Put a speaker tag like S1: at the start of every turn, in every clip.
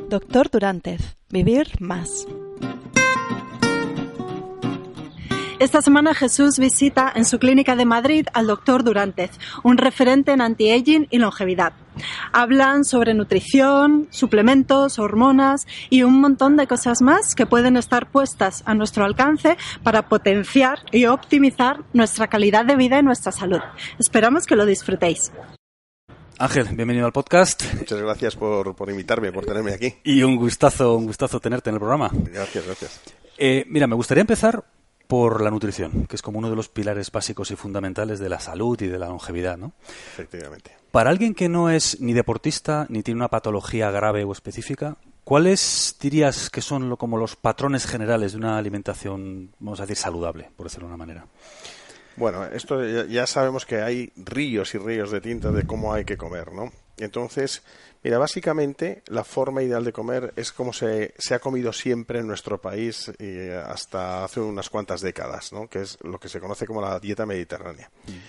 S1: Doctor Durántez, vivir más. Esta semana Jesús visita en su clínica de Madrid al doctor Durántez, un referente en anti-aging y longevidad. Hablan sobre nutrición, suplementos, hormonas y un montón de cosas más que pueden estar puestas a nuestro alcance para potenciar y optimizar nuestra calidad de vida y nuestra salud. Esperamos que lo disfrutéis.
S2: Ángel, bienvenido al podcast.
S3: Muchas gracias por invitarme, por tenerme aquí.
S2: Y un gustazo tenerte en el programa.
S3: Gracias.
S2: Mira, me gustaría empezar por la nutrición, que es como uno de los pilares básicos y fundamentales de la salud y de la longevidad, ¿no?
S3: Efectivamente.
S2: Para alguien que no es ni deportista ni tiene una patología grave o específica, ¿cuáles dirías que son como los patrones generales de una alimentación, vamos a decir, saludable, por decirlo de una manera?
S3: Bueno, esto ya sabemos que hay ríos y ríos de tinta de cómo hay que comer, ¿no? Entonces, mira, básicamente la forma ideal de comer es como se ha comido siempre en nuestro país hasta hace unas cuantas décadas, ¿no? Que es lo que se conoce como la dieta mediterránea.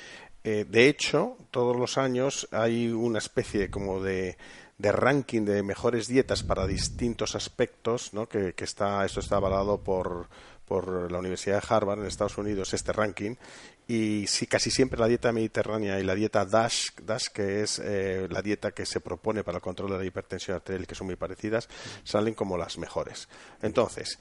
S3: De hecho, todos los años hay una especie como de ranking de mejores dietas para distintos aspectos, ¿no? Esto está avalado por la Universidad de Harvard en Estados Unidos, este ranking, y sí, casi siempre la dieta mediterránea y la dieta DASH, que es la dieta que se propone para el control de la hipertensión arterial, que son muy parecidas, salen como las mejores. Entonces,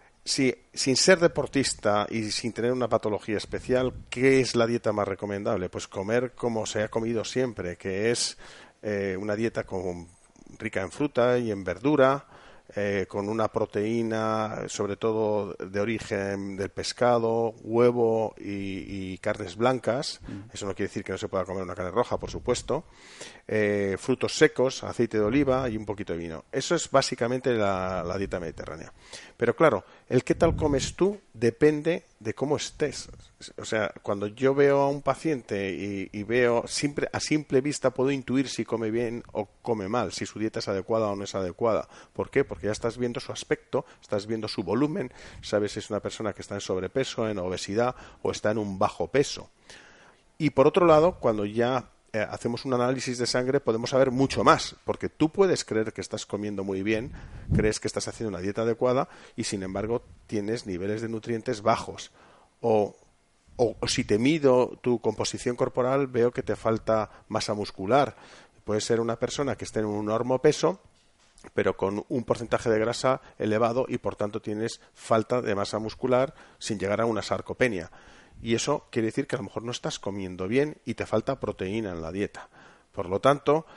S3: sin ser deportista y sin tener una patología especial, ¿qué es la dieta más recomendable? Pues comer como se ha comido siempre, que es una dieta rica en fruta y en verdura, con una proteína, sobre todo de origen del pescado, huevo y carnes blancas. Eso no quiere decir que no se pueda comer una carne roja, por supuesto. Frutos secos, aceite de oliva y un poquito de vino. Eso es básicamente la dieta mediterránea. Pero claro, el qué tal comes tú depende de cómo estés. O sea, cuando yo veo a un paciente y veo, a simple vista puedo intuir si come bien o come mal, si su dieta es adecuada o no es adecuada. ¿Por qué? Porque ya estás viendo su aspecto, estás viendo su volumen, sabes si es una persona que está en sobrepeso, en obesidad o está en un bajo peso. Y por otro lado, cuando ya hacemos un análisis de sangre, podemos saber mucho más, porque tú puedes creer que estás comiendo muy bien, crees que estás haciendo una dieta adecuada y sin embargo tienes niveles de nutrientes bajos. O si te mido tu composición corporal, veo que te falta masa muscular. Puede ser una persona que esté en un normopeso, pero con un porcentaje de grasa elevado y por tanto tienes falta de masa muscular sin llegar a una sarcopenia. Y eso quiere decir que a lo mejor no estás comiendo bien y te falta proteína en la dieta. Por lo tanto,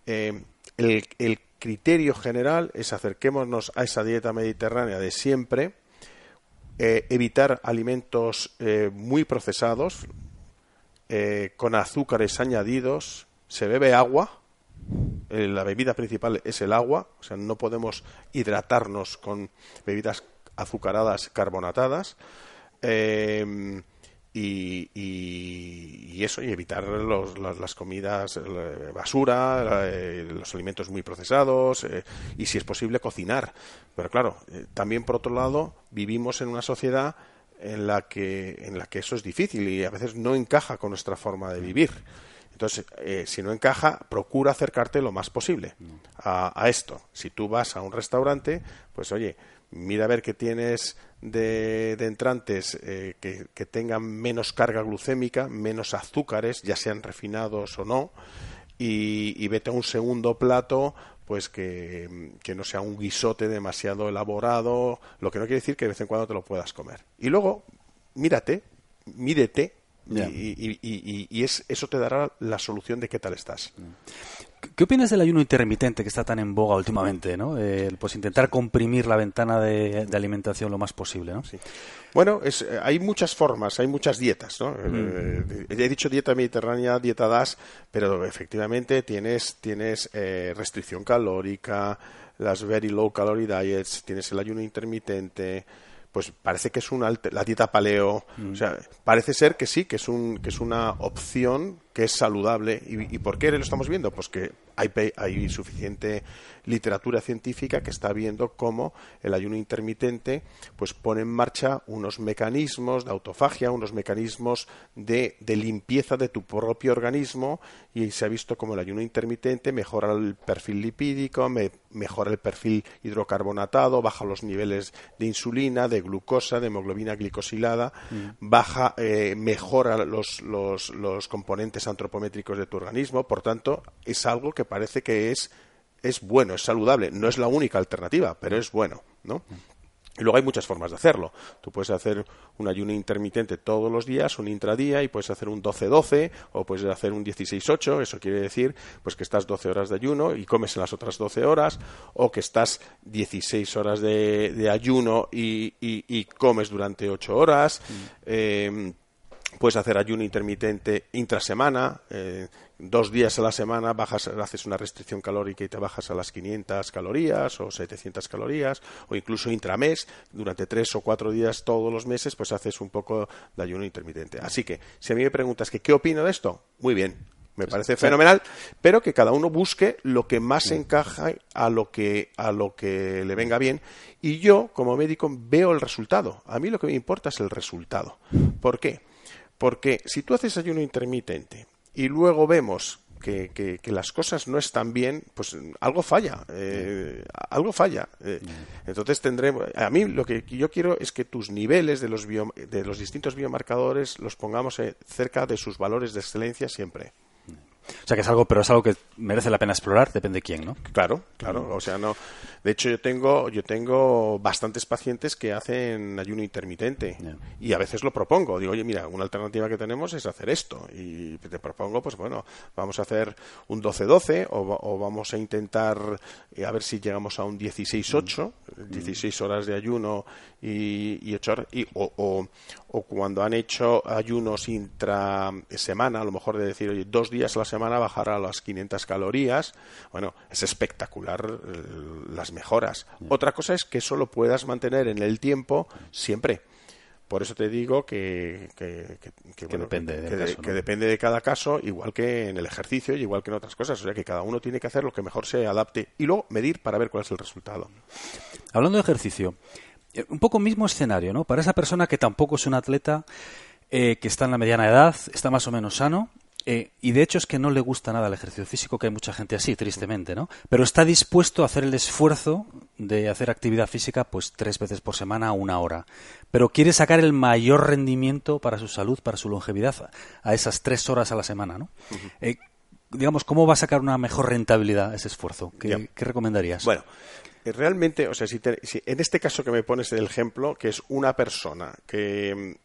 S3: el criterio general es acerquémonos a esa dieta mediterránea de siempre, evitar alimentos muy procesados, con azúcares añadidos, se bebe agua. La bebida principal es el agua, o sea, no podemos hidratarnos con bebidas azucaradas, carbonatadas, y eso, y evitar las comidas basura, los alimentos muy procesados, y si es posible cocinar. Pero claro, también por otro lado vivimos en una sociedad en la que eso es difícil y a veces no encaja con nuestra forma de vivir. Entonces, si no encaja, procura acercarte lo más posible a esto. Si tú vas a un restaurante, pues oye, mira a ver qué tienes de entrantes que tengan menos carga glucémica, menos azúcares, ya sean refinados o no, y vete a un segundo plato pues que no sea un guisote demasiado elaborado, lo que no quiere decir que de vez en cuando te lo puedas comer. Y luego, mídete, yeah. y eso te dará la solución de qué tal estás.
S2: ¿Qué opinas del ayuno intermitente que está tan en boga últimamente, ¿no? Pues intentar comprimir la ventana de alimentación lo más posible, ¿no?
S3: Sí. Bueno, hay muchas formas, hay muchas dietas, ¿no? He dicho dieta mediterránea, dieta DASH, pero efectivamente tienes restricción calórica, las very low calorie diets, tienes el ayuno intermitente. Pues parece que es la dieta paleo, o sea, parece ser que sí, que es una opción que es saludable. ¿Y por qué lo estamos viendo? Pues que hay suficiente literatura científica que está viendo cómo el ayuno intermitente pues pone en marcha unos mecanismos de autofagia, unos mecanismos de limpieza de tu propio organismo, y se ha visto cómo el ayuno intermitente mejora el perfil lipídico, mejora el perfil hidrocarbonatado, baja los niveles de insulina, de glucosa, de hemoglobina glicosilada, mejora los componentes antropométricos de tu organismo. Por tanto, es algo que parece que es bueno, es saludable. No es la única alternativa, pero es bueno, ¿no? Y luego hay muchas formas de hacerlo. Tú puedes hacer un ayuno intermitente todos los días, un intradía, y puedes hacer un 12-12 o puedes hacer un 16-8. Eso quiere decir pues que estás 12 horas de ayuno y comes en las otras 12 horas, o que estás 16 horas de ayuno y comes durante 8 horas. Puedes hacer ayuno intermitente intrasemana, 2 días a la semana haces una restricción calórica y te bajas a las 500 calorías o 700 calorías, o incluso intramés, durante 3 o 4 días todos los meses, pues haces un poco de ayuno intermitente. Así que, si a mí me preguntas que qué opino de esto, muy bien, me parece fenomenal, pero que cada uno busque lo que más encaja a lo que le venga bien. Y yo, como médico, veo el resultado. A mí lo que me importa es el resultado. ¿Por qué? Porque si tú haces ayuno intermitente y luego vemos que las cosas no están bien, pues algo falla. Entonces a mí lo que yo quiero es que tus niveles de los distintos biomarcadores los pongamos cerca de sus valores de excelencia siempre.
S2: O sea, que es algo que merece la pena explorar, depende de quién, ¿no?
S3: Claro. O sea, no. De hecho, yo tengo bastantes pacientes que hacen ayuno intermitente, y a veces lo propongo. Digo, oye, mira, una alternativa que tenemos es hacer esto, y te propongo, pues bueno, vamos a hacer un 12-12 o vamos a intentar a ver si llegamos a un 16-8, 16 horas de ayuno y 8 horas, o cuando han hecho ayunos intrasemana, a lo mejor de decir, oye, 2 días a la semana bajar a las 500 calorías. Bueno, es espectacular las mejoras. Otra cosa es que eso lo puedas mantener en el tiempo siempre. Por eso te digo que depende de cada caso, igual que en el ejercicio y igual que en otras cosas. O sea, que cada uno tiene que hacer lo que mejor se adapte y luego medir para ver cuál es el resultado.
S2: Hablando de ejercicio, un poco mismo escenario, ¿no? Para esa persona que tampoco es un atleta, que está en la mediana edad, está más o menos sano, y de hecho es que no le gusta nada el ejercicio físico, que hay mucha gente así, tristemente, ¿no? Pero está dispuesto a hacer el esfuerzo de hacer actividad física pues 3 veces por semana, 1 hora. Pero quiere sacar el mayor rendimiento para su salud, para su longevidad, a esas 3 horas a la semana, ¿no? Digamos, ¿cómo va a sacar una mejor rentabilidad a ese esfuerzo? ¿Qué recomendarías?
S3: Bueno, realmente, o sea, si en este caso que me pones el ejemplo, que es una persona que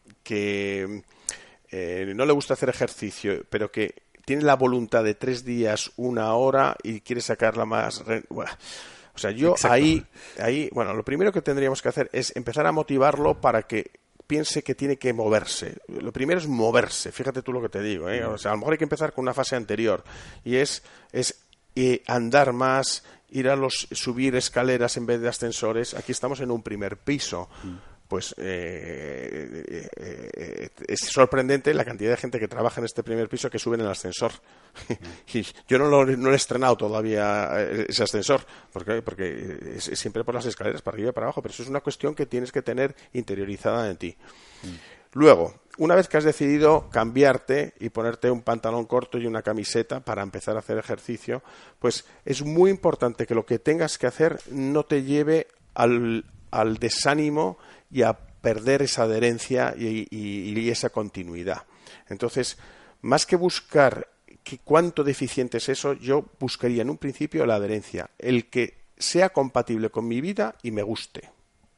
S3: no le gusta hacer ejercicio, pero que tiene la voluntad de 3 días, 1 hora y quiere sacarla más. Bueno, o sea, yo ahí, bueno, lo primero que tendríamos que hacer es empezar a motivarlo para que piense que tiene que moverse. Lo primero es moverse, fíjate tú lo que te digo, ¿eh? O sea, a lo mejor hay que empezar con una fase anterior, y es andar más, subir escaleras en vez de ascensores. Aquí estamos en un primer piso. Pues es sorprendente la cantidad de gente que trabaja en este primer piso que suben en el ascensor. Y yo no he estrenado todavía ese ascensor, porque es siempre por las escaleras, para arriba y para abajo, pero eso es una cuestión que tienes que tener interiorizada en ti. Luego, una vez que has decidido cambiarte y ponerte un pantalón corto y una camiseta para empezar a hacer ejercicio, pues es muy importante que lo que tengas que hacer no te lleve al desánimo y a perder esa adherencia y esa continuidad. Entonces, más que buscar cuánto deficiente es eso, yo buscaría en un principio la adherencia, el que sea compatible con mi vida y me guste.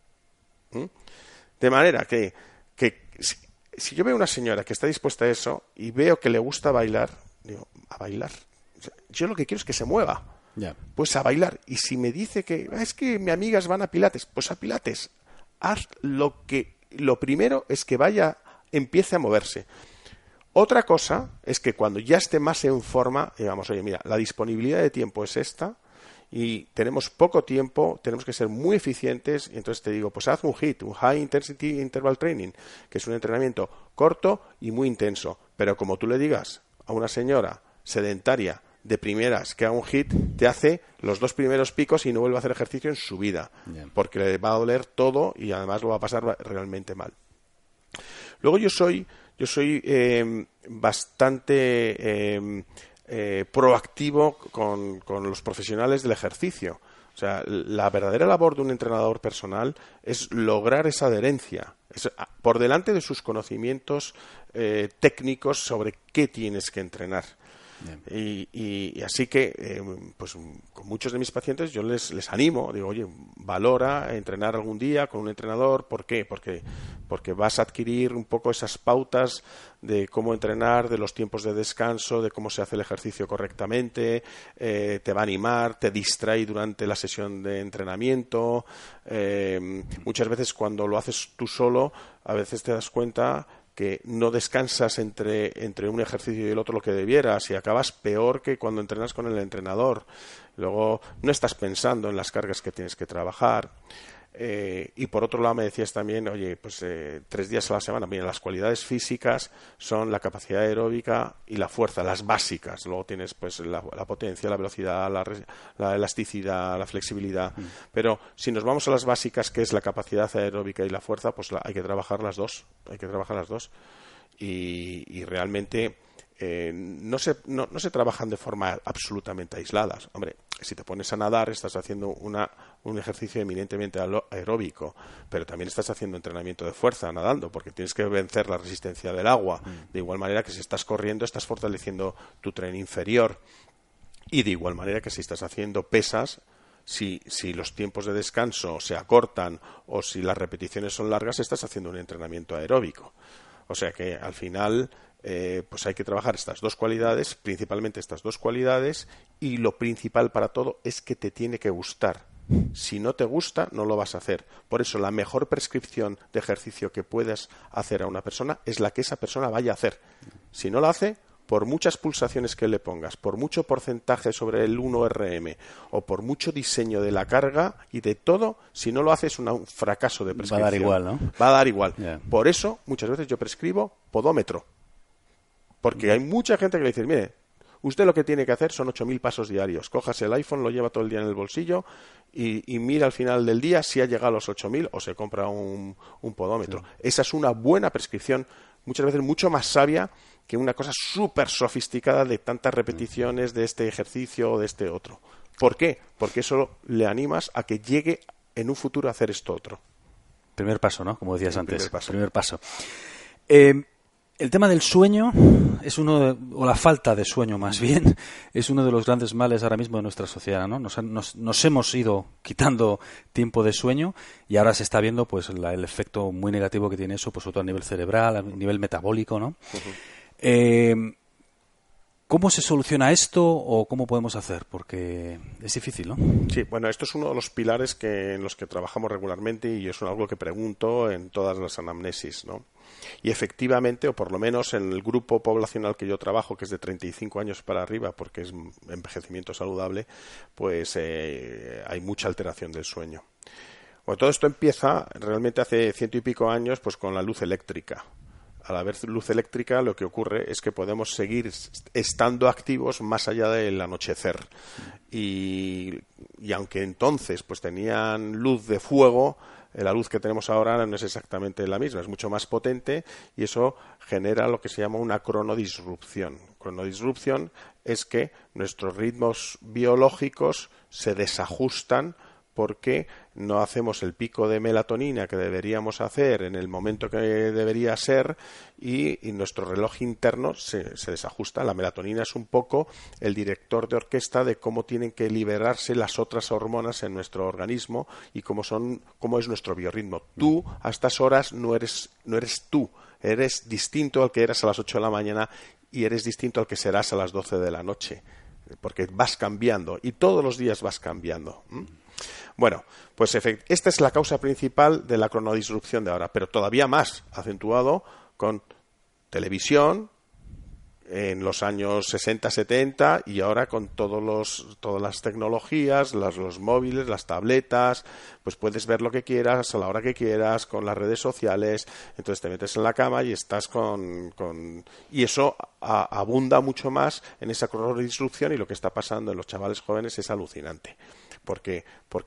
S3: De manera que si yo veo una señora que está dispuesta a eso y veo que le gusta bailar, digo, a bailar. Yo lo que quiero es que se mueva. Pues a bailar. Y si me dice que es que mis amigas van a Pilates, pues a Pilates. Haz lo primero es que empiece a moverse. Otra cosa es que cuando ya esté más en forma, digamos, oye, mira, la disponibilidad de tiempo es esta y tenemos poco tiempo, tenemos que ser muy eficientes, y entonces te digo, pues haz un HIIT, un High Intensity Interval Training, que es un entrenamiento corto y muy intenso, pero como tú le digas, a una señora sedentaria de primeras que haga un HIIT, te hace los 2 primeros picos y no vuelve a hacer ejercicio en su vida, porque le va a doler todo y además lo va a pasar realmente mal. Luego yo soy bastante proactivo con los profesionales del ejercicio. O sea, la verdadera labor de un entrenador personal es lograr esa adherencia, por delante de sus conocimientos técnicos sobre qué tienes que entrenar. Y así que, pues con muchos de mis pacientes yo les animo, digo, oye, valora entrenar algún día con un entrenador. ¿Por qué? Porque vas a adquirir un poco esas pautas de cómo entrenar, de los tiempos de descanso, de cómo se hace el ejercicio correctamente, te va a animar, te distrae durante la sesión de entrenamiento. Muchas veces cuando lo haces tú solo, a veces te das cuenta que no descansas entre un ejercicio y el otro lo que debieras y acabas peor que cuando entrenas con el entrenador. Luego no estás pensando en las cargas que tienes que trabajar. Y por otro lado me decías también, oye, pues 3 días a la semana. Mira, las cualidades físicas son la capacidad aeróbica y la fuerza, las básicas. Luego tienes pues la potencia, la velocidad, la elasticidad, la flexibilidad. Pero si nos vamos a las básicas, que es la capacidad aeróbica y la fuerza, pues hay que trabajar las dos. Y realmente no se trabajan de forma absolutamente aisladas. Hombre, si te pones a nadar estás haciendo un ejercicio eminentemente aeróbico, pero también estás haciendo entrenamiento de fuerza nadando, porque tienes que vencer la resistencia del agua. De igual manera que si estás corriendo estás fortaleciendo tu tren inferior, y de igual manera que si estás haciendo pesas, si los tiempos de descanso se acortan o si las repeticiones son largas, estás haciendo un entrenamiento aeróbico. O sea que al final pues hay que trabajar estas 2 cualidades, principalmente estas 2 cualidades, y lo principal para todo es que te tiene que gustar. Si no te gusta, no lo vas a hacer. Por eso la mejor prescripción de ejercicio que puedas hacer a una persona es la que esa persona vaya a hacer. Si no la hace, por muchas pulsaciones que le pongas, por mucho porcentaje sobre el 1RM o por mucho diseño de la carga y de todo, si no lo hace es un fracaso de prescripción.
S2: Va a dar igual, ¿no?
S3: Va a dar igual.
S2: Yeah.
S3: Por eso, muchas veces yo prescribo podómetro. Porque hay mucha gente que le dice, mire, usted lo que tiene que hacer son 8.000 pasos diarios. Cójase el iPhone, lo lleva todo el día en el bolsillo y mira al final del día si ha llegado a los 8.000 o se compra un podómetro. Sí. Esa es una buena prescripción, muchas veces mucho más sabia que una cosa súper sofisticada de tantas repeticiones de este ejercicio o de este otro. ¿Por qué? Porque eso le animas a que llegue en un futuro a hacer esto otro.
S2: Primer paso, ¿no? Como decías antes.
S3: Primer paso.
S2: El tema del sueño es o la falta de sueño más bien, es uno de los grandes males ahora mismo de nuestra sociedad, ¿no? Nos hemos ido quitando tiempo de sueño y ahora se está viendo pues el efecto muy negativo que tiene eso, pues sobre todo a nivel cerebral, a nivel metabólico, ¿no? Uh-huh. ¿Cómo se soluciona esto o cómo podemos hacer? Porque es difícil, ¿no?
S3: Sí, bueno, esto es uno de los pilares en los que trabajamos regularmente y es algo que pregunto en todas las anamnesis, ¿no? Y efectivamente, o por lo menos en el grupo poblacional que yo trabajo, que es de 35 años para arriba, porque es envejecimiento saludable, pues hay mucha alteración del sueño. Bueno, todo esto empieza realmente hace 100 y pico años pues con la luz eléctrica. Al haber luz eléctrica, lo que ocurre es que podemos seguir estando activos más allá del anochecer. Y aunque entonces pues tenían luz de fuego, la luz que tenemos ahora no es exactamente la misma, es mucho más potente y eso genera lo que se llama una cronodisrupción. Cronodisrupción es que nuestros ritmos biológicos se desajustan porque no hacemos el pico de melatonina que deberíamos hacer en el momento que debería ser y nuestro reloj interno se desajusta. La melatonina es un poco el director de orquesta de cómo tienen que liberarse las otras hormonas en nuestro organismo y cómo es nuestro biorritmo. Tú a estas horas no eres tú, eres distinto al que eras a las 8 de la mañana y eres distinto al que serás a las 12 de la noche, porque vas cambiando y todos los días vas cambiando. Bueno, pues esta es la causa principal de la cronodisrupción de ahora, pero todavía más acentuado con televisión, en los años 60, 70 y ahora con todas las tecnologías, los móviles, las tabletas, pues puedes ver lo que quieras a la hora que quieras con las redes sociales, entonces te metes en la cama y estás y eso abunda mucho más en esa corona de instrucción y lo que está pasando en los chavales jóvenes es alucinante, porque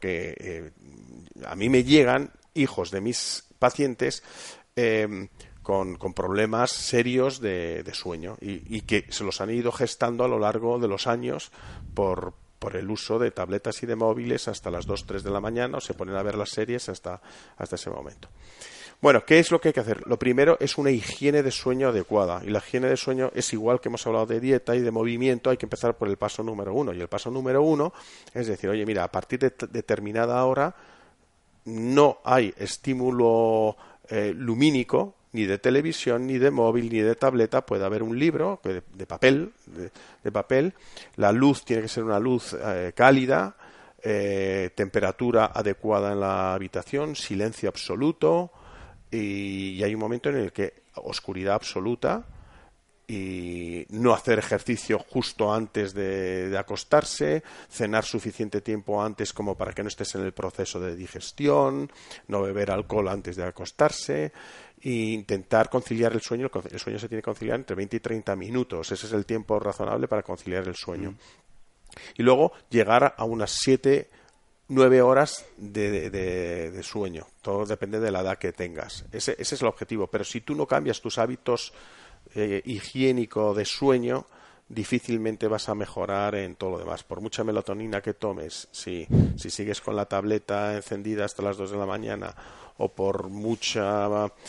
S3: a mí me llegan hijos de mis pacientes con problemas serios de sueño y que se los han ido gestando a lo largo de los años por el uso de tabletas y de móviles hasta las 2, 3 de la mañana, o se ponen a ver las series hasta ese momento. Bueno, ¿qué es lo que hay que hacer? Lo primero es una higiene de sueño adecuada, y la higiene de sueño es igual que hemos hablado de dieta y de movimiento, hay que empezar por el paso número 1, y el paso número 1 es decir, oye, mira, a partir de determinada hora no hay estímulo lumínico, ni de televisión, ni de móvil, ni de tableta. Puede haber un libro de papel, la luz tiene que ser una luz cálida, temperatura adecuada en la habitación, silencio absoluto, y hay un momento en el que oscuridad absoluta, y no hacer ejercicio justo antes de acostarse, cenar suficiente tiempo antes como para que no estés en el proceso de digestión, no beber alcohol antes de acostarse, e intentar conciliar el sueño. El sueño se tiene que conciliar entre 20 y 30 minutos, ese es el tiempo razonable para conciliar el sueño. Y luego llegar a unas 7, 9 horas de sueño, todo depende de la edad que tengas, ese es el objetivo, pero si tú no cambias tus hábitos higiénico de sueño, difícilmente vas a mejorar en todo lo demás. Por mucha melatonina que tomes, si sigues con la tableta encendida hasta las 2 de la mañana, o por mucha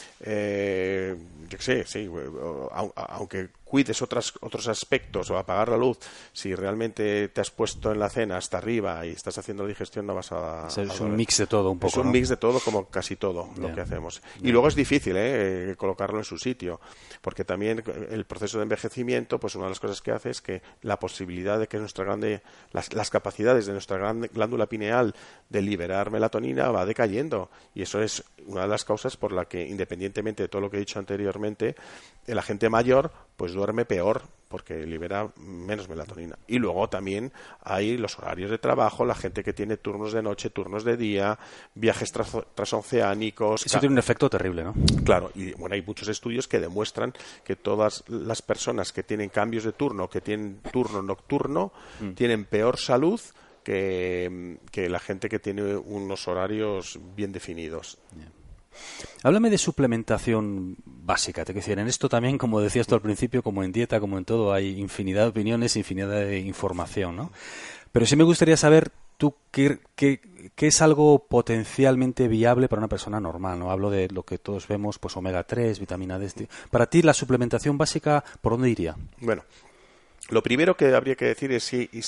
S3: aunque cuides otros aspectos, o apagar la luz, si realmente te has puesto en la cena hasta arriba y estás haciendo la digestión, no vas a...
S2: Es un mix de todo un poco,
S3: es un mix de todo, como casi todo lo que hacemos. Y luego es difícil colocarlo en su sitio, porque también el proceso de envejecimiento, pues una de las cosas que hace es que la posibilidad de que las capacidades de nuestra glándula pineal de liberar melatonina va decayendo, y eso es una de las causas por la que, independientemente de todo lo que he dicho anteriormente, la gente mayor pues duerme peor, porque libera menos melatonina. Y luego también hay los horarios de trabajo, la gente que tiene turnos de noche, turnos de día, viajes transoceánicos.
S2: Eso tiene un efecto terrible, ¿no?
S3: Claro, y bueno, hay muchos estudios que demuestran que todas las personas que tienen cambios de turno, que tienen turno nocturno, tienen peor salud que la gente que tiene unos horarios bien definidos.
S2: Háblame de suplementación básica. Te quiero decir, en esto también, como decías tú al principio, como en dieta, como en todo, hay infinidad de opiniones, infinidad de información, ¿no? Pero sí me gustaría saber tú qué es algo potencialmente viable para una persona normal, ¿no? Hablo de lo que todos vemos, pues omega 3, vitamina D. Para ti, la suplementación básica, ¿por dónde iría?
S3: Bueno, lo primero que habría que decir es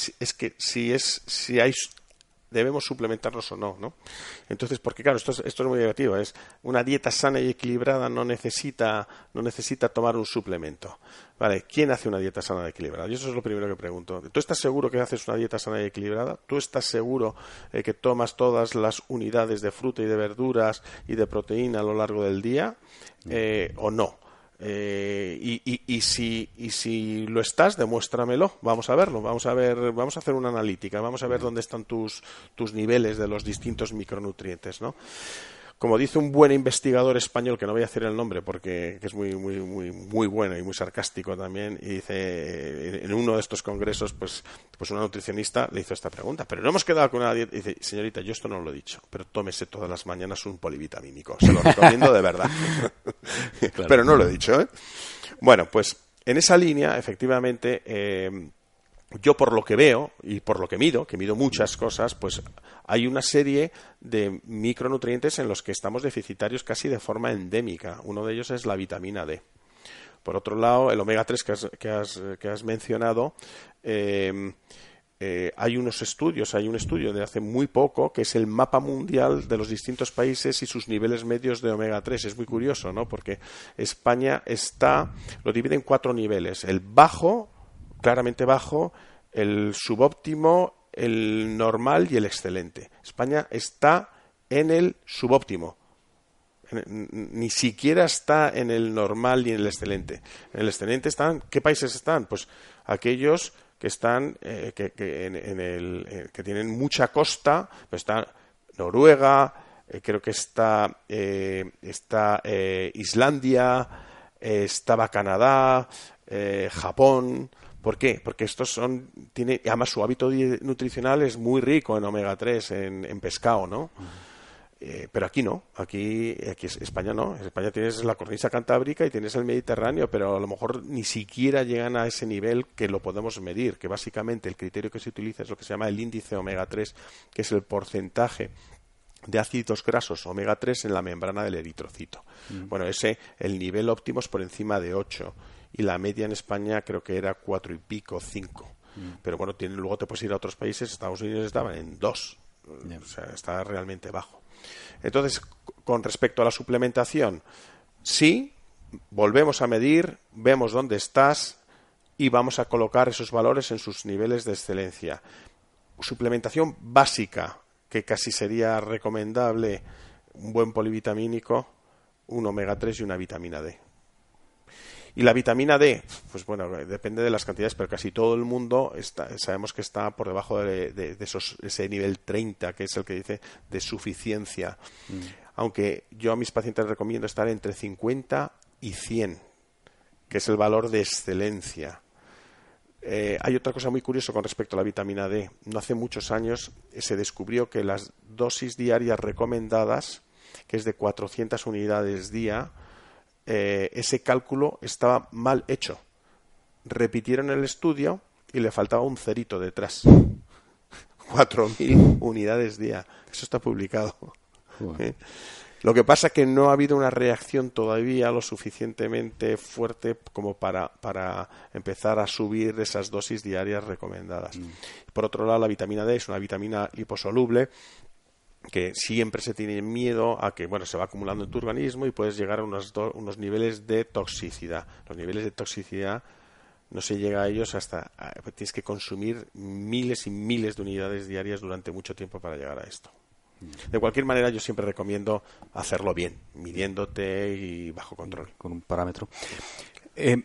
S3: si hay debemos suplementarnos o no, ¿no? Entonces, porque claro, esto es muy negativo, es una dieta sana y equilibrada no necesita tomar un suplemento. Vale, ¿quién hace una dieta sana y equilibrada? Y eso es lo primero que pregunto. ¿Tú estás seguro que haces una dieta sana y equilibrada? ¿Tú estás seguro que tomas todas las unidades de fruta y de verduras y de proteína a lo largo del día? ¿O no? Y si lo estás, demuéstramelo, vamos a verlo, vamos a hacer una analítica, vamos a ver dónde están tus niveles de los distintos micronutrientes, ¿no? Como dice un buen investigador español, que no voy a decir el nombre porque es muy muy muy muy bueno y muy sarcástico también, y dice en uno de estos congresos, pues una nutricionista le hizo esta pregunta: pero no hemos quedado con una dieta. Y dice: señorita, yo esto no lo he dicho, pero tómese todas las mañanas un polivitamínico, se lo recomiendo de verdad. Claro. Pero no lo he dicho, ¿eh? Bueno, pues en esa línea, efectivamente, yo por lo que veo y por lo que mido muchas cosas, pues hay una serie de micronutrientes en los que estamos deficitarios casi de forma endémica. Uno de ellos es la vitamina D. Por otro lado, el omega 3 que has mencionado, hay unos estudios, hay un estudio de hace muy poco que es el mapa mundial de los distintos países y sus niveles medios de omega 3. Es muy curioso, ¿no? Porque España lo divide en 4 niveles: el bajo, claramente bajo, el subóptimo, el normal y el excelente. España está en el subóptimo. Ni siquiera está en el normal ni en el excelente. En el excelente están, ¿qué países están? Pues aquellos que están que tienen mucha costa, pues está Noruega, creo que está Islandia, estaba Canadá, Japón. ¿Por qué? Porque estos además su hábito nutricional es muy rico en omega 3, en pescado, ¿no? Pero aquí no, aquí España no. En España tienes la cornisa cantábrica y tienes el Mediterráneo, pero a lo mejor ni siquiera llegan a ese nivel que lo podemos medir, que básicamente el criterio que se utiliza es lo que se llama el índice omega 3, que es el porcentaje de ácidos grasos omega 3 en la membrana del eritrocito. Bueno, el nivel óptimo es por encima de 8 y la media en España creo que era 4 y pico, 5. Pero bueno, luego te puedes ir a otros países, Estados Unidos estaban en 2, o sea, está realmente bajo. Entonces, con respecto a la suplementación, sí, volvemos a medir, vemos dónde estás y vamos a colocar esos valores en sus niveles de excelencia. Suplementación básica, que casi sería recomendable, un buen polivitamínico, un omega 3 y una vitamina D. Y la vitamina D, pues bueno, depende de las cantidades, pero casi todo el mundo sabemos que está por debajo de ese nivel 30, que es el que dice de suficiencia. Aunque yo a mis pacientes les recomiendo estar entre 50 y 100, que es el valor de excelencia. Hay otra cosa muy curiosa con respecto a la vitamina D. No hace muchos años se descubrió que las dosis diarias recomendadas, que es de 400 unidades día, ese cálculo estaba mal hecho. Repitieron el estudio y le faltaba un cerito detrás. 4.000 unidades día. Eso está publicado. Bueno. Lo que pasa es que no ha habido una reacción todavía lo suficientemente fuerte como para empezar a subir esas dosis diarias recomendadas. Por otro lado, la vitamina D es una vitamina liposoluble que siempre se tiene miedo a que, bueno, se va acumulando en tu organismo y puedes llegar a unos niveles de toxicidad. Los niveles de toxicidad no se llega a ellos tienes que consumir miles y miles de unidades diarias durante mucho tiempo para llegar a esto. De cualquier manera, yo siempre recomiendo hacerlo bien, midiéndote y bajo control.
S2: Con un parámetro. En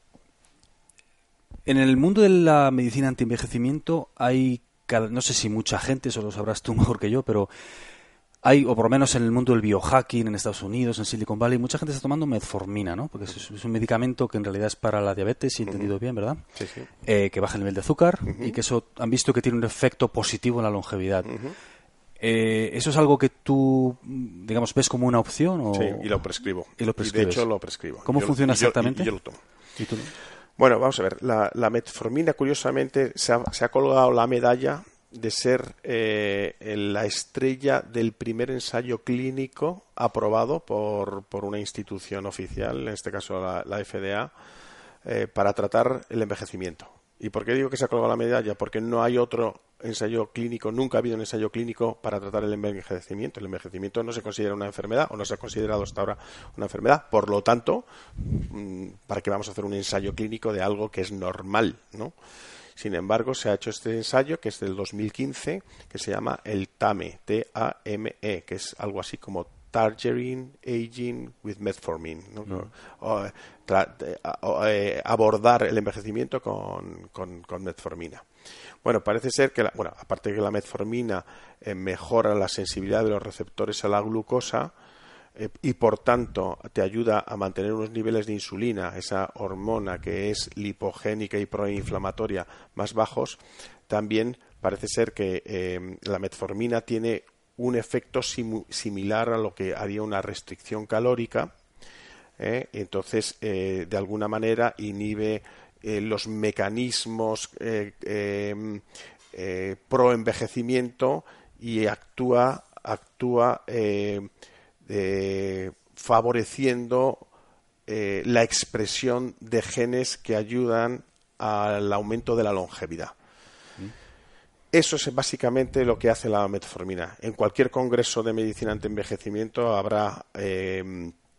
S2: el mundo de la medicina antienvejecimiento hay, no sé si mucha gente, eso lo sabrás tú mejor que yo, pero hay, o por lo menos en el mundo del biohacking en Estados Unidos, en Silicon Valley, mucha gente está tomando metformina, ¿no? Porque es un medicamento que en realidad es para la diabetes, si he entendido bien, ¿verdad?
S3: Sí, sí.
S2: Que baja el nivel de azúcar y que eso han visto que tiene un efecto positivo en la longevidad. ¿Eso es algo que tú, digamos, ves como una opción? ¿O?
S3: Sí, y lo prescribo.
S2: Y de
S3: hecho lo prescribo.
S2: ¿Cómo funciona exactamente?
S3: Yo lo tomo. ¿Y tú? Bueno, vamos a ver. La metformina, curiosamente, se ha colgado la medalla de ser la estrella del primer ensayo clínico aprobado por una institución oficial, en este caso la FDA, para tratar el envejecimiento. ¿Y por qué digo que se ha colgado la medalla? Porque no hay otro ensayo clínico, nunca ha habido un ensayo clínico para tratar el envejecimiento. El envejecimiento no se considera una enfermedad o no se ha considerado hasta ahora una enfermedad. Por lo tanto, ¿para qué vamos a hacer un ensayo clínico de algo que es normal, ¿no? Sin embargo, se ha hecho este ensayo, que es del 2015, que se llama el TAME, T-A-M-E, que es algo así como Targeting Aging with Metformin, ¿no? Abordar el envejecimiento con metformina. Bueno, parece ser que, aparte de que la metformina mejora la sensibilidad de los receptores a la glucosa y por tanto te ayuda a mantener unos niveles de insulina, esa hormona que es lipogénica y proinflamatoria, más bajos, también parece ser que la metformina tiene un efecto similar a lo que haría una restricción calórica, entonces de alguna manera inhibe los mecanismos pro envejecimiento y actúa favoreciendo la expresión de genes que ayudan al aumento de la longevidad. Eso es básicamente lo que hace la metformina. En cualquier congreso de medicina antienvejecimiento habrá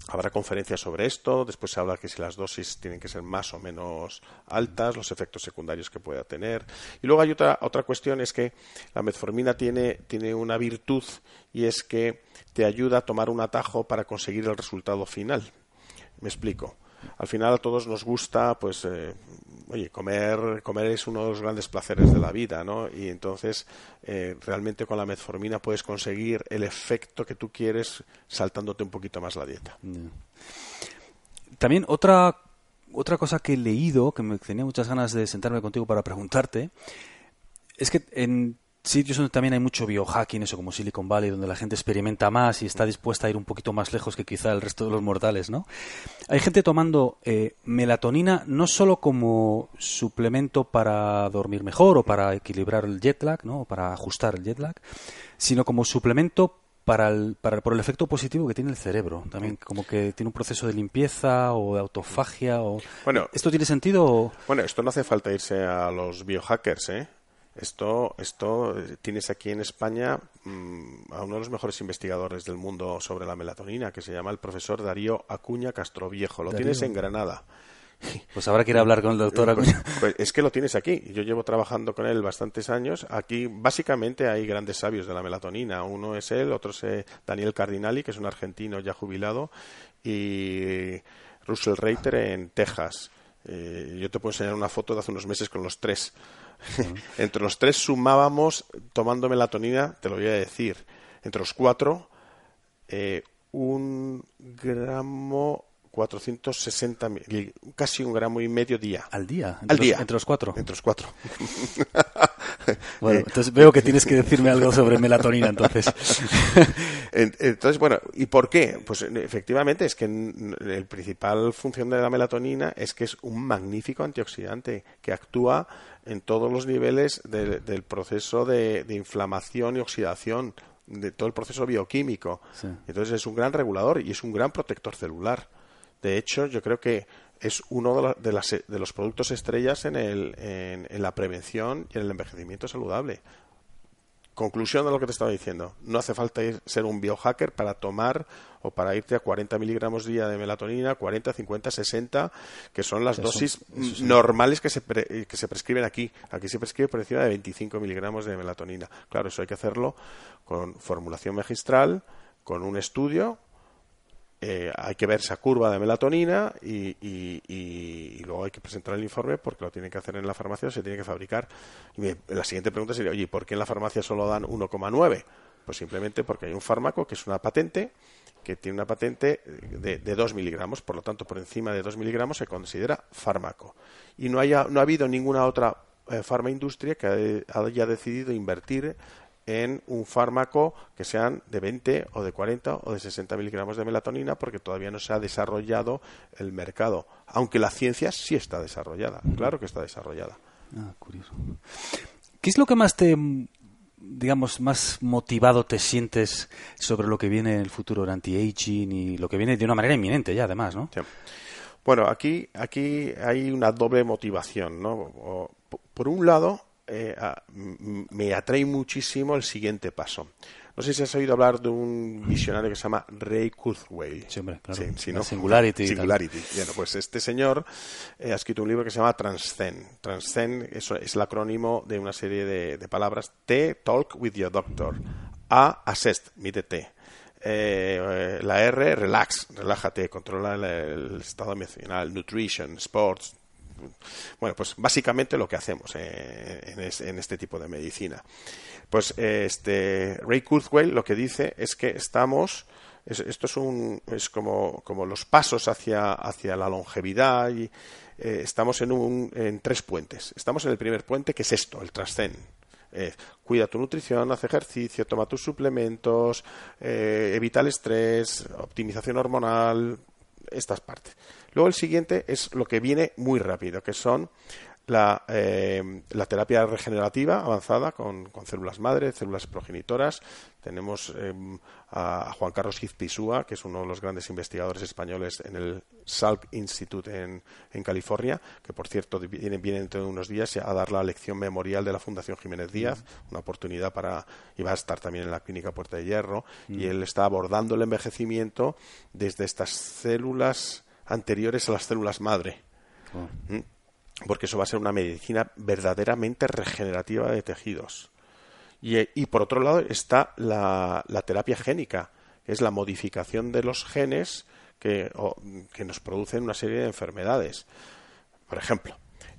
S3: Habrá conferencias sobre esto, después se habla que si las dosis tienen que ser más o menos altas, los efectos secundarios que pueda tener. Y luego hay otra cuestión, es que la metformina tiene una virtud, y es que te ayuda a tomar un atajo para conseguir el resultado final. Me explico. Al final a todos nos gusta, pues, comer es uno de los grandes placeres de la vida, ¿no? Y entonces realmente con la metformina puedes conseguir el efecto que tú quieres saltándote un poquito más la dieta.
S2: También otra cosa que he leído, que me tenía muchas ganas de sentarme contigo para preguntarte, es que en sitios donde también hay mucho biohacking, eso como Silicon Valley, donde la gente experimenta más y está dispuesta a ir un poquito más lejos que quizá el resto de los mortales, ¿no? Hay gente tomando melatonina no solo como suplemento para dormir mejor o para equilibrar el jet lag, ¿no? O para ajustar el jet lag, sino como suplemento por el efecto positivo que tiene el cerebro. También como que tiene un proceso de limpieza o de autofagia. Bueno, ¿esto tiene sentido?
S3: Bueno, esto no hace falta irse a los biohackers, ¿eh? Esto tienes aquí en España a uno de los mejores investigadores del mundo sobre la melatonina, que se llama el profesor Darío Acuña Castroviejo. Lo tienes en Granada.
S2: Pues habrá que ir a hablar con el doctor Acuña.
S3: Pues es que lo tienes aquí. Yo llevo trabajando con él bastantes años. Aquí básicamente hay grandes sabios de la melatonina. Uno es él, otro es Daniel Cardinali, que es un argentino ya jubilado, y Russell Reiter en Texas. Yo te puedo enseñar una foto de hace unos meses con los tres. Entre los tres sumábamos, tomando melatonina, te lo voy a decir, entre los cuatro, 1 gramo 460, casi 1,5 gramos día.
S2: ¿Al día?
S3: ¿Entre
S2: los cuatro?
S3: Entre los cuatro.
S2: Bueno, entonces veo que tienes que decirme algo sobre melatonina, entonces.
S3: Entonces, bueno, ¿y por qué? Pues efectivamente es que el principal función de la melatonina es que es un magnífico antioxidante que actúa en todos los niveles del proceso de inflamación y oxidación, de todo el proceso bioquímico. Sí. Entonces es un gran regulador y es un gran protector celular. De hecho, yo creo que es uno de los productos estrellas en la prevención y en el envejecimiento saludable. Conclusión de lo que te estaba diciendo. No hace falta ser un biohacker para tomar o para irte a 40 miligramos día de melatonina, 40, 50, 60, que son las dosis normales que se prescriben aquí. Aquí se prescribe por encima de 25 miligramos de melatonina. Claro, eso hay que hacerlo con formulación magistral, con un estudio. Hay que ver esa curva de melatonina y luego hay que presentar el informe porque lo tienen que hacer en la farmacia o se tiene que fabricar. La siguiente pregunta sería, oye, ¿por qué en la farmacia solo dan 1,9? Pues simplemente porque hay un fármaco que es una patente, que tiene una patente de 2 miligramos, por lo tanto por encima de 2 miligramos se considera fármaco. Y no ha habido ninguna otra farmaindustria que haya decidido invertir en un fármaco que sean de 20 o de 40 o de 60 miligramos de melatonina, porque todavía no se ha desarrollado el mercado, aunque la ciencia sí está desarrollada, claro que está desarrollada.
S2: Curioso. ¿Qué es lo que más más motivado te sientes sobre lo que viene en el futuro del anti-aging y lo que viene de una manera inminente ya, además, ¿no?
S3: Sí. Bueno, aquí hay una doble motivación, ¿no? Por un lado, me atrae muchísimo el siguiente paso. No sé si has oído hablar de un visionario que se llama Ray Kurzweil.
S2: Sí, hombre, claro.
S3: Sí, ¿no?
S2: Singularity.
S3: Bueno, pues este señor ha escrito un libro que se llama Transcend. Transcend es el acrónimo de una serie de palabras. T, talk with your doctor. A, assess, mídete. La R, relax, relájate, controla el estado emocional, nutrition, sports. Bueno, pues básicamente lo que hacemos en este tipo de medicina. Pues Ray Kurzweil lo que dice es que esto es como los pasos hacia la longevidad y estamos en 3 puentes. Estamos en el primer puente, que es esto, el Transcend. Cuida tu nutrición, haz ejercicio, toma tus suplementos, evita el estrés, optimización hormonal, estas partes. Luego el siguiente es lo que viene muy rápido, que son la terapia regenerativa avanzada con células madre, células progenitoras. Tenemos a Juan Carlos Izpisua, que es uno de los grandes investigadores españoles en el Salk Institute en California, que por cierto viene dentro de unos días a dar la lección memorial de la Fundación Jiménez Díaz, una oportunidad y va a estar también en la Clínica Puerta de Hierro, y él está abordando el envejecimiento desde estas células anteriores a las células madre. Porque eso va a ser una medicina verdaderamente regenerativa de tejidos. Y por otro lado está la terapia génica, que es la modificación de los genes que nos producen una serie de enfermedades. Por ejemplo,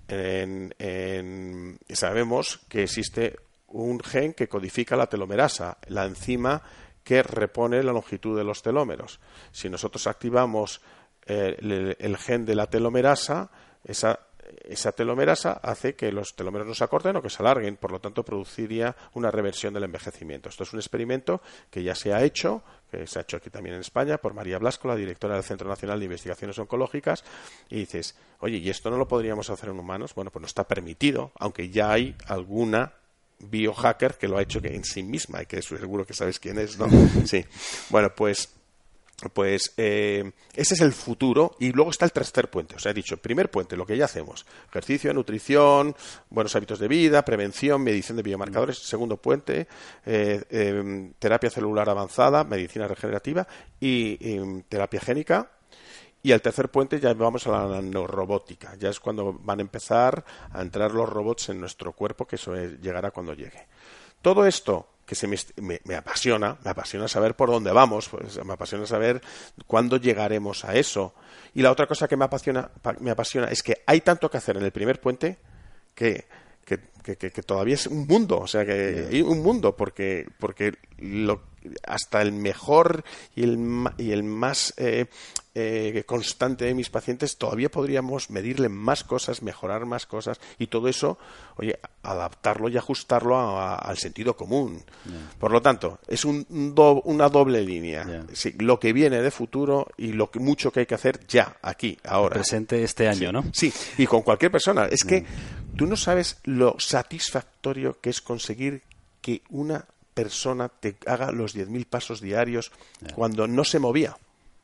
S3: sabemos que existe un gen que codifica la telomerasa, la enzima que repone la longitud de los telómeros. Si nosotros activamos el gen de la telomerasa, esa telomerasa hace que los telómeros no se acorten o que se alarguen, por lo tanto produciría una reversión del envejecimiento. Esto es un experimento que ya se ha hecho, que se ha hecho aquí también en España por María Blasco, la directora del Centro Nacional de Investigaciones Oncológicas, y dices, oye, ¿y esto no lo podríamos hacer en humanos? Bueno, pues no está permitido, aunque ya hay alguna biohacker que lo ha hecho en sí misma, y que seguro que sabes quién es, ¿no? Sí. Bueno, pues ese es el futuro, y luego está el tercer puente. Os he dicho, primer puente, lo que ya hacemos: ejercicio, nutrición, buenos hábitos de vida, prevención, medición de biomarcadores. Segundo puente, terapia celular avanzada, medicina regenerativa y terapia génica. Y al tercer puente ya vamos a la nanorobótica. Ya es cuando van a empezar a entrar los robots en nuestro cuerpo, que eso llegará cuando llegue. Todo esto que me apasiona saber por dónde vamos, pues me apasiona saber cuándo llegaremos a eso. Y la otra cosa que me apasiona es que hay tanto que hacer en el primer puente que todavía es un mundo, o sea que hay un mundo, porque hasta el mejor y el más constante de mis pacientes todavía podríamos medirle más cosas, mejorar más cosas, y todo eso, oye, adaptarlo y ajustarlo al sentido común. Por lo tanto, es una doble línea. Sí, lo que viene de futuro y mucho que hay que hacer ya, aquí, ahora.
S2: Presente este año,
S3: sí,
S2: ¿no?
S3: Sí, y con cualquier persona. Es que tú no sabes lo satisfactorio que es conseguir que una persona te haga los 10.000 pasos diarios cuando no se movía.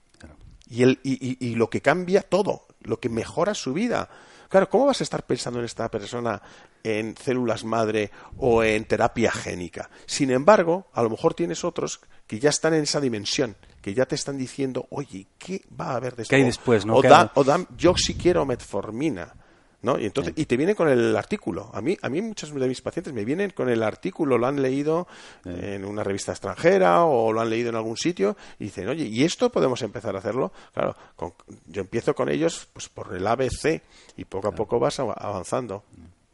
S3: Y lo que cambia todo, lo que mejora su vida. Claro, ¿cómo vas a estar pensando en esta persona en células madre o en terapia génica? Sin embargo, a lo mejor tienes otros que ya están en esa dimensión, que ya te están diciendo, oye, ¿qué va a haber después?
S2: ¿Qué hay después, no?
S3: Yo sí quiero metformina, ¿no? Y entonces y te vienen con el artículo. A mí muchos de mis pacientes me vienen con el artículo, lo han leído en una revista extranjera o lo han leído en algún sitio y dicen, oye, ¿y esto podemos empezar a hacerlo? Claro, yo empiezo con ellos pues por el ABC y poco a poco vas avanzando.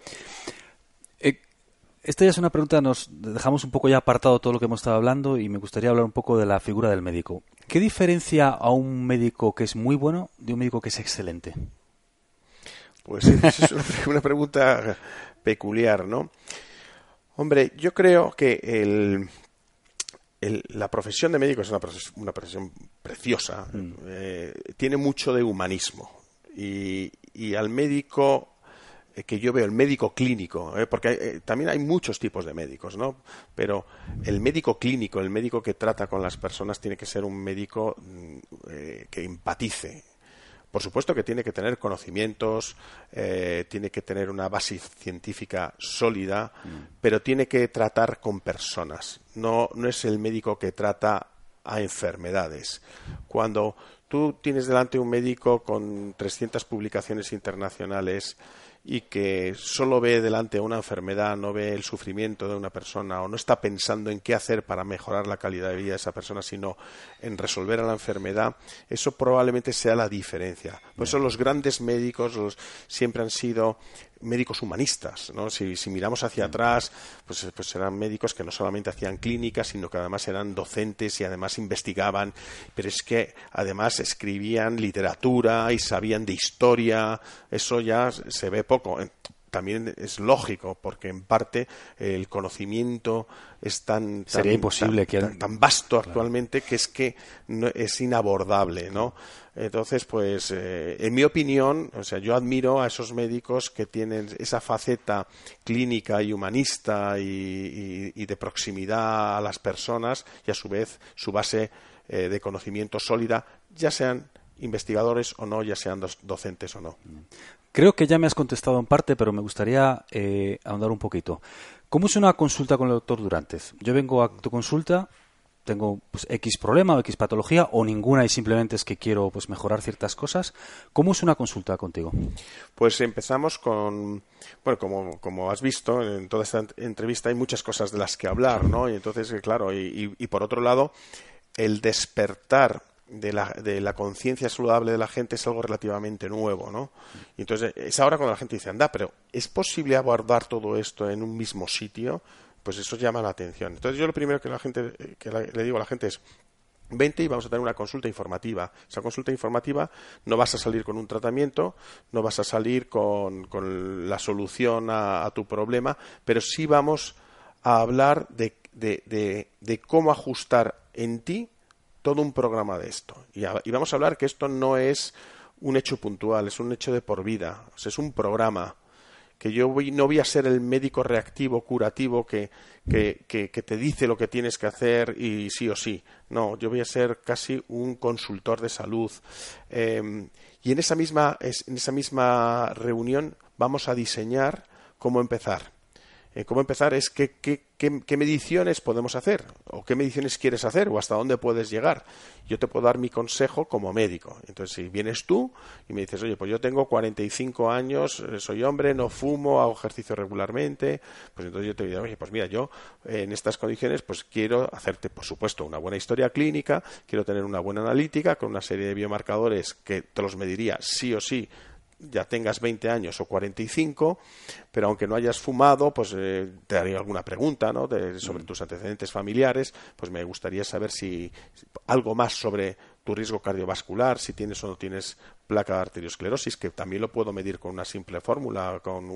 S2: Esta ya es una pregunta, nos dejamos un poco ya apartado todo lo que hemos estado hablando y me gustaría hablar un poco de la figura del médico. ¿Qué diferencia a un médico que es muy bueno de un médico que es excelente?
S3: Pues es una pregunta peculiar, ¿no? Hombre, yo creo que la profesión de médico es una profesión preciosa, tiene mucho de humanismo y al médico que yo veo, el médico clínico, porque también hay muchos tipos de médicos, ¿no? Pero el médico clínico, el médico que trata con las personas, tiene que ser un médico que empatice. Por supuesto que tiene que tener conocimientos, tiene que tener una base científica sólida, pero tiene que tratar con personas. No es el médico que trata a enfermedades. Cuando tú tienes delante un médico con 300 publicaciones internacionales y que solo ve delante una enfermedad, no ve el sufrimiento de una persona o no está pensando en qué hacer para mejorar la calidad de vida de esa persona, sino en resolver a la enfermedad, eso probablemente sea la diferencia. Por eso los grandes médicos siempre han sido médicos humanistas, ¿no? Si miramos hacia atrás, pues eran médicos que no solamente hacían clínicas, sino que además eran docentes y además investigaban, pero es que además escribían literatura y sabían de historia. Eso ya se ve poco. también es lógico, porque en parte el conocimiento es tan vasto actualmente que es inabordable, ¿no? Entonces, pues, en mi opinión, o sea, yo admiro a esos médicos que tienen esa faceta clínica y humanista y de proximidad a las personas, y a su vez su base de conocimiento sólida, ya sean investigadores o no, ya sean docentes o no.
S2: Creo que ya me has contestado en parte, pero me gustaría ahondar un poquito. ¿Cómo es una consulta con el doctor Durantez? Yo vengo a tu consulta, tengo pues, X problema o X patología o ninguna y simplemente es que quiero pues mejorar ciertas cosas. ¿Cómo es una consulta contigo?
S3: Pues empezamos con, bueno, como has visto, en toda esta entrevista hay muchas cosas de las que hablar, ¿no? Y entonces, claro, y por otro lado, el despertar de la conciencia saludable de la gente es algo relativamente nuevo, ¿no? Y entonces es ahora cuando la gente dice, anda, pero ¿es posible abordar todo esto en un mismo sitio? Pues eso llama la atención. Entonces yo lo primero que le digo a la gente es, vente y vamos a tener una consulta informativa. Esa consulta informativa no vas a salir con un tratamiento, no vas a salir con la solución a tu problema, pero sí vamos a hablar de cómo ajustar en ti todo un programa de esto. Y vamos a hablar que esto no es un hecho puntual, es un hecho de por vida. O sea, es un programa. Que yo no voy a ser el médico reactivo, curativo, que te dice lo que tienes que hacer y sí o sí. No, yo voy a ser casi un consultor de salud. Y en esa misma reunión vamos a diseñar cómo empezar. Cómo empezar es qué mediciones podemos hacer, o qué mediciones quieres hacer, o hasta dónde puedes llegar. Yo te puedo dar mi consejo como médico. Entonces, si vienes tú y me dices, oye, pues yo tengo 45 años, soy hombre, no fumo, hago ejercicio regularmente, pues entonces yo te digo, oye, pues mira, yo en estas condiciones pues quiero hacerte, por supuesto, una buena historia clínica, quiero tener una buena analítica con una serie de biomarcadores que te los mediría sí o sí, ya tengas 20 años o 45, pero aunque no hayas fumado, pues te haría alguna pregunta, ¿no? Sobre tus antecedentes familiares, pues me gustaría saber si algo más sobre tu riesgo cardiovascular, si tienes o no tienes placa de arteriosclerosis, que también lo puedo medir con una simple fórmula, con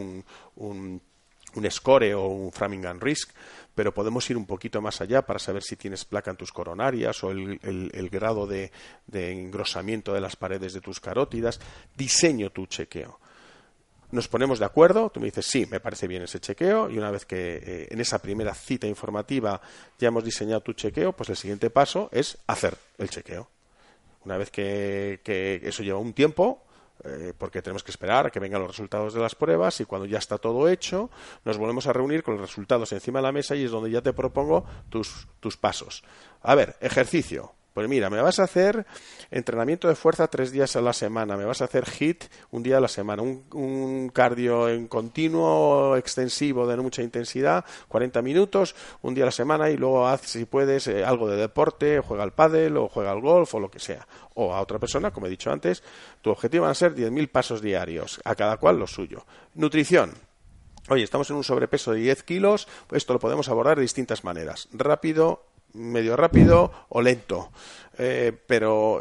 S3: un score o un Framingham Risk, pero podemos ir un poquito más allá para saber si tienes placa en tus coronarias o el grado de engrosamiento de las paredes de tus carótidas. Diseño tu chequeo. Nos ponemos de acuerdo, tú me dices, sí, me parece bien ese chequeo, y una vez que en esa primera cita informativa ya hemos diseñado tu chequeo, pues el siguiente paso es hacer el chequeo. Una vez que eso lleva un tiempo, porque tenemos que esperar a que vengan los resultados de las pruebas, y cuando ya está todo hecho nos volvemos a reunir con los resultados encima de la mesa y es donde ya te propongo tus pasos. A ver, ejercicio. Pues mira, me vas a hacer entrenamiento de fuerza 3 días a la semana, me vas a hacer HIIT un día a la semana, un cardio en continuo extensivo de no mucha intensidad, 40 minutos, un día a la semana, y luego haz, si puedes, algo de deporte, juega al pádel o juega al golf o lo que sea. O a otra persona, como he dicho antes, tu objetivo van a ser 10.000 pasos diarios, a cada cual lo suyo. Nutrición. Oye, estamos en un sobrepeso de 10 kilos, esto lo podemos abordar de distintas maneras. Rápido, medio rápido o lento, pero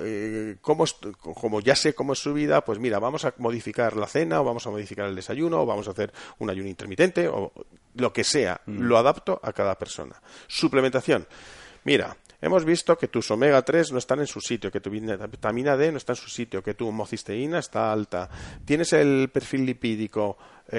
S3: como ya sé cómo es su vida, pues mira, vamos a modificar la cena, o vamos a modificar el desayuno, o vamos a hacer un ayuno intermitente, o lo que sea, lo adapto a cada persona. Suplementación. Mira, hemos visto que tus omega 3 no están en su sitio, que tu vitamina D no está en su sitio, que tu homocisteína está alta. Tienes el perfil lipídico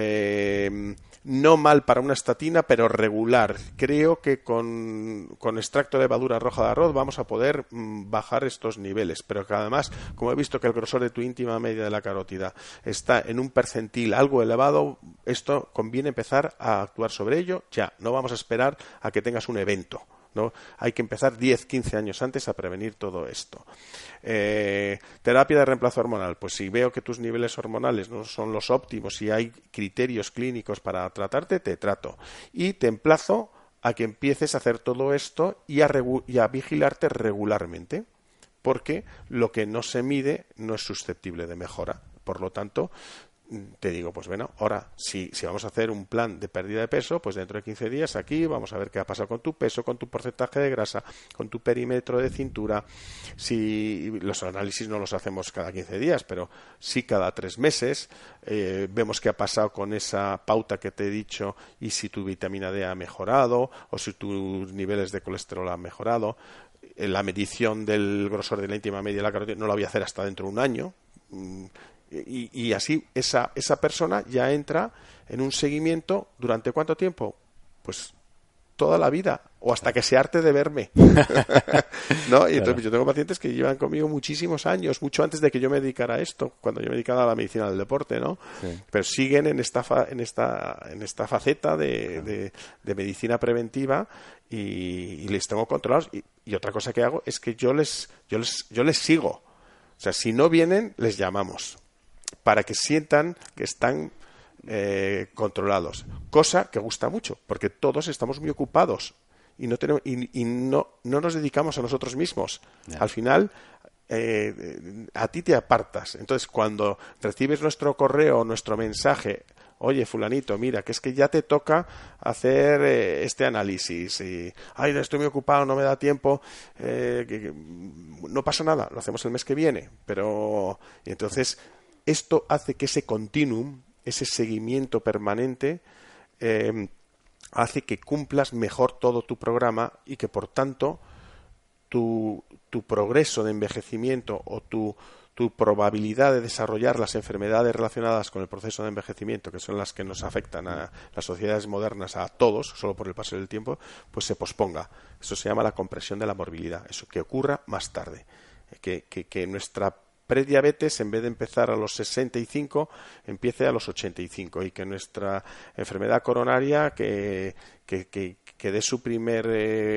S3: no mal para una estatina, pero regular. Creo que con extracto de levadura roja de arroz vamos a poder bajar estos niveles, pero que además, como he visto que el grosor de tu íntima media de la carótida está en un percentil algo elevado, esto conviene empezar a actuar sobre ello ya. No vamos a esperar a que tengas un evento, ¿no? Hay que empezar 10, 15 años antes a prevenir todo esto. Terapia de reemplazo hormonal. Pues si veo que tus niveles hormonales no son los óptimos y hay criterios clínicos para tratarte, te trato. Y te emplazo a que empieces a hacer todo esto y a vigilarte regularmente, porque lo que no se mide no es susceptible de mejora. Por lo tanto, te digo, pues bueno, ahora si vamos a hacer un plan de pérdida de peso, pues dentro de 15 días aquí vamos a ver qué ha pasado con tu peso, con tu porcentaje de grasa, con tu perímetro de cintura. Si los análisis no los hacemos cada 15 días, pero sí cada 3 meses, vemos qué ha pasado con esa pauta que te he dicho y si tu vitamina D ha mejorado o si tus niveles de colesterol han mejorado. La medición del grosor de la íntima media de la carótida no la voy a hacer hasta dentro de un año. Y así esa persona ya entra en un seguimiento. ¿Durante cuánto tiempo? Pues toda la vida, o hasta que se harte de verme. ¿No? Y entonces yo tengo pacientes que llevan conmigo muchísimos años, mucho antes de que yo me dedicara a esto, cuando yo me dedicaba a la medicina del deporte, ¿no? Sí. Pero siguen en esta faceta de medicina preventiva y les tengo controlados. Y otra cosa que hago es que yo les sigo. O sea, si no vienen, les llamamos para que sientan que están controlados, cosa que gusta mucho, porque todos estamos muy ocupados y no nos dedicamos a nosotros mismos. Yeah. Al final, a ti te apartas. Entonces, cuando recibes nuestro correo, nuestro mensaje, oye, fulanito, mira, que es que ya te toca hacer este análisis y, ay, estoy muy ocupado, no me da tiempo, no pasa nada, lo hacemos el mes que viene. Pero, y entonces, esto hace que ese continuum, ese seguimiento permanente, hace que cumplas mejor todo tu programa y que, por tanto, tu progreso de envejecimiento o tu probabilidad de desarrollar las enfermedades relacionadas con el proceso de envejecimiento, que son las que nos afectan a las sociedades modernas, a todos, solo por el paso del tiempo, pues se posponga. Eso se llama la compresión de la morbilidad, eso que ocurra más tarde, que nuestra prediabetes, en vez de empezar a los 65, empiece a los 85 y que nuestra enfermedad coronaria que dé su primer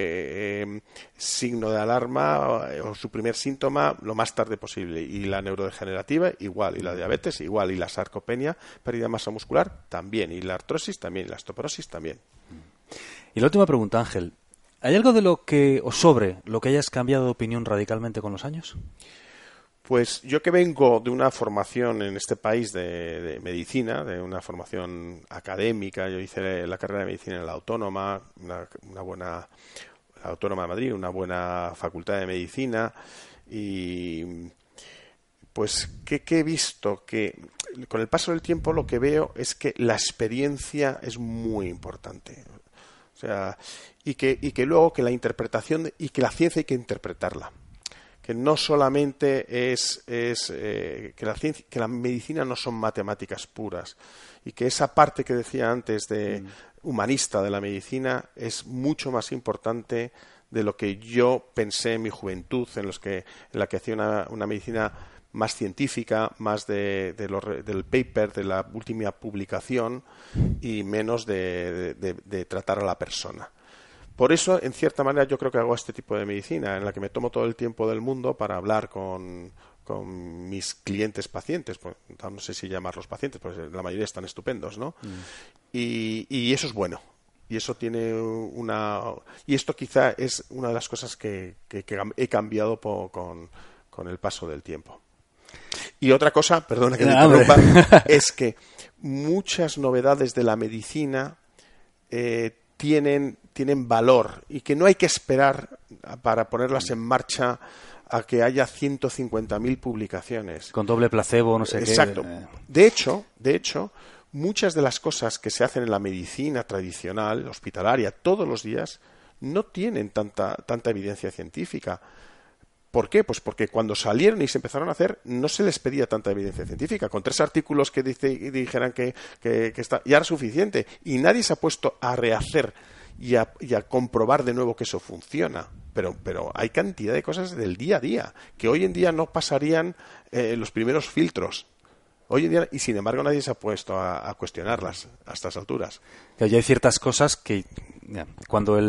S3: signo de alarma o su primer síntoma lo más tarde posible. Y la neurodegenerativa igual, y la diabetes igual, y la sarcopenia, pérdida de masa muscular también, y la artrosis también, y la osteoporosis también.
S2: Y la última pregunta, Ángel. ¿Hay algo de lo que, o sobre lo que hayas cambiado de opinión radicalmente con los años?
S3: Pues yo que vengo de una formación en este país de medicina, de una formación académica, yo hice la carrera de medicina en la Autónoma, una buena la Autónoma de Madrid, una buena facultad de medicina, y pues ¿qué he visto? Que con el paso del tiempo lo que veo es que la experiencia es muy importante. O sea, y que luego que la interpretación y que la ciencia hay que interpretarla. Que no solamente es que la ciencia, que la medicina no son matemáticas puras, y que esa parte que decía antes de humanista de la medicina es mucho más importante de lo que yo pensé en mi juventud, en la que hacía una medicina más científica, más del paper, de la última publicación, y menos de tratar a la persona. Por eso, en cierta manera, yo creo que hago este tipo de medicina, en la que me tomo todo el tiempo del mundo para hablar con mis clientes pacientes, pues, no sé si llamarlos pacientes, pues la mayoría están estupendos, ¿no? Y eso es bueno. Y eso tiene y esto quizá es una de las cosas que he cambiado con el paso del tiempo. Y otra cosa, perdona que me interrumpa, es que muchas novedades de la medicina tienen valor y que no hay que esperar para ponerlas en marcha a que haya 150.000 publicaciones.
S2: Con doble placebo, no sé qué.
S3: Exacto. De hecho, muchas de las cosas que se hacen en la medicina tradicional, hospitalaria, todos los días, no tienen tanta evidencia científica. ¿Por qué? Pues porque cuando salieron y se empezaron a hacer, no se les pedía tanta evidencia científica. Con 3 artículos que dijeran que está, ya era suficiente. Y nadie se ha puesto a rehacer y a comprobar de nuevo que eso funciona. Pero hay cantidad de cosas del día a día que hoy en día no pasarían los primeros filtros. Hoy en día, y sin embargo nadie se ha puesto a cuestionarlas a estas alturas.
S2: Ya hay ciertas cosas que cuando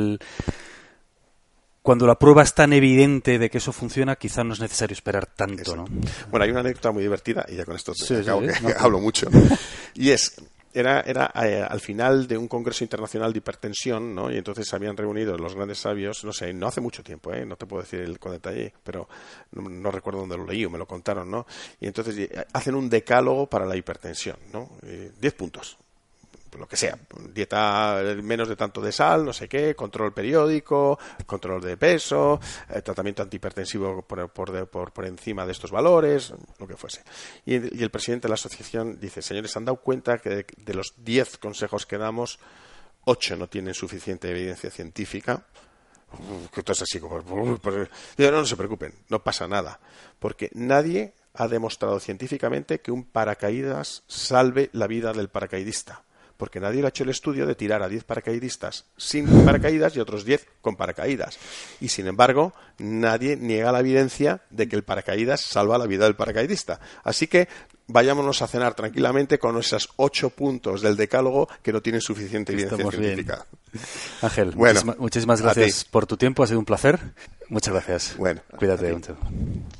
S2: la prueba es tan evidente de que eso funciona, quizá no es necesario esperar tanto, ¿no?
S3: Bueno, hay una anécdota muy divertida, y ya con esto acabo, que hablo mucho, y es, era al final de un congreso internacional de hipertensión, ¿no? Y entonces se habían reunido los grandes sabios, no sé, no hace mucho tiempo, no te puedo decir con detalle, pero no recuerdo dónde lo leí o me lo contaron, ¿no? Y entonces hacen un decálogo para la hipertensión, ¿no? 10 puntos. Lo que sea, dieta menos de tanto de sal, no sé qué, control periódico, control de peso, tratamiento antihipertensivo por encima de estos valores, lo que fuese. Y el presidente de la asociación dice, señores, ¿se han dado cuenta que de los 10 consejos que damos, 8 no tienen suficiente evidencia científica? Que todo es así como... No se preocupen, no pasa nada, porque nadie ha demostrado científicamente que un paracaídas salve la vida del paracaidista. Porque nadie le ha hecho el estudio de tirar a 10 paracaidistas sin paracaídas y otros 10 con paracaídas. Y sin embargo, nadie niega la evidencia de que el paracaídas salva la vida del paracaidista. Así que vayámonos a cenar tranquilamente con esos 8 puntos del decálogo que no tienen suficiente evidencia científica.
S2: Bien. Ángel,
S3: bueno,
S2: muchísimas gracias por tu tiempo, ha sido un placer. Muchas gracias.
S3: Bueno,
S2: cuídate mucho.